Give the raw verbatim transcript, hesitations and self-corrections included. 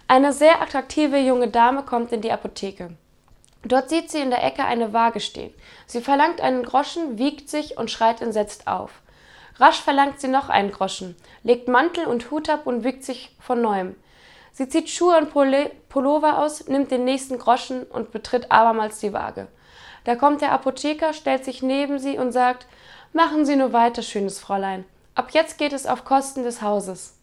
Eine sehr attraktive junge Dame kommt in die Apotheke. Dort sieht sie in der Ecke eine Waage stehen. Sie verlangt einen Groschen, wiegt sich und schreit entsetzt auf. Rasch verlangt sie noch einen Groschen, legt Mantel und Hut ab und wiegt sich von neuem. Sie zieht Schuhe und Pullover aus, nimmt den nächsten Groschen und betritt abermals die Waage. Da kommt der Apotheker, stellt sich neben sie und sagt: »Machen Sie nur weiter, schönes Fräulein. Ab jetzt geht es auf Kosten des Hauses.«